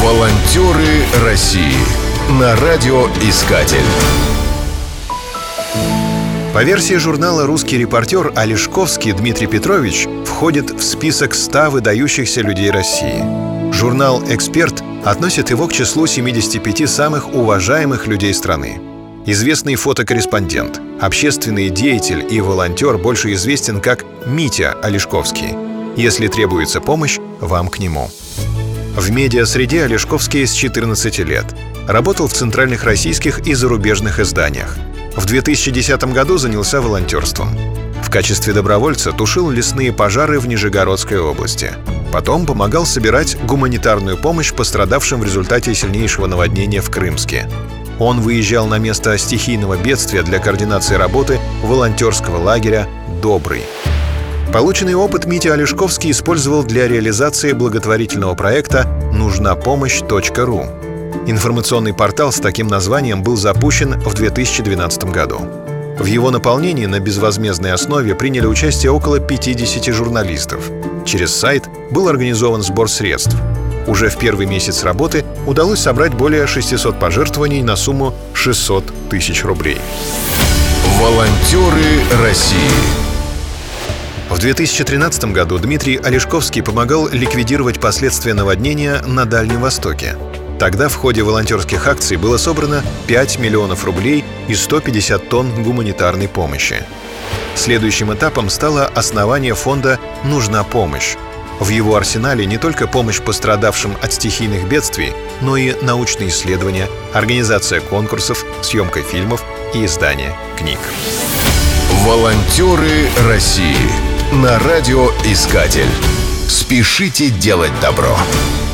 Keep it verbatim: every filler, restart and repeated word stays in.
Волонтеры России на радиоискатель. По версии журнала «Русский репортер», Олешковский Дмитрий Петрович входит в список ста выдающихся людей России. Журнал «Эксперт» относит его к числу семидесяти пяти самых уважаемых людей страны. Известный фотокорреспондент, общественный деятель и волонтер больше известен как Митя Олешковский. Если требуется помощь, вам к нему. В медиасреде Олешковский с четырнадцати лет. Работал в центральных российских и зарубежных изданиях. В две тысячи десятом году занялся волонтерством. В качестве добровольца тушил лесные пожары в Нижегородской области. Потом помогал собирать гуманитарную помощь пострадавшим в результате сильнейшего наводнения в Крымске. Он выезжал на место стихийного бедствия для координации работы волонтерского лагеря «Добрый». Полученный опыт Митя Олешковский использовал для реализации благотворительного проекта «Нужна помощь точка ру». Информационный портал с таким названием был запущен в две тысячи двенадцатом году. В его наполнении на безвозмездной основе приняли участие около пятидесяти журналистов. Через сайт был организован сбор средств. Уже в первый месяц работы удалось собрать более шестисот пожертвований на сумму шестьсот тысяч рублей. Волонтеры России. В две тысячи тринадцатом году Дмитрий Олешковский помогал ликвидировать последствия наводнения на Дальнем Востоке. Тогда в ходе волонтерских акций было собрано пять миллионов рублей и сто пятьдесят тонн гуманитарной помощи. Следующим этапом стало основание фонда «Нужна помощь». В его арсенале не только помощь пострадавшим от стихийных бедствий, но и научные исследования, организация конкурсов, съемка фильмов и издание книг. Волонтеры России на радиоискатель. Спешите делать добро.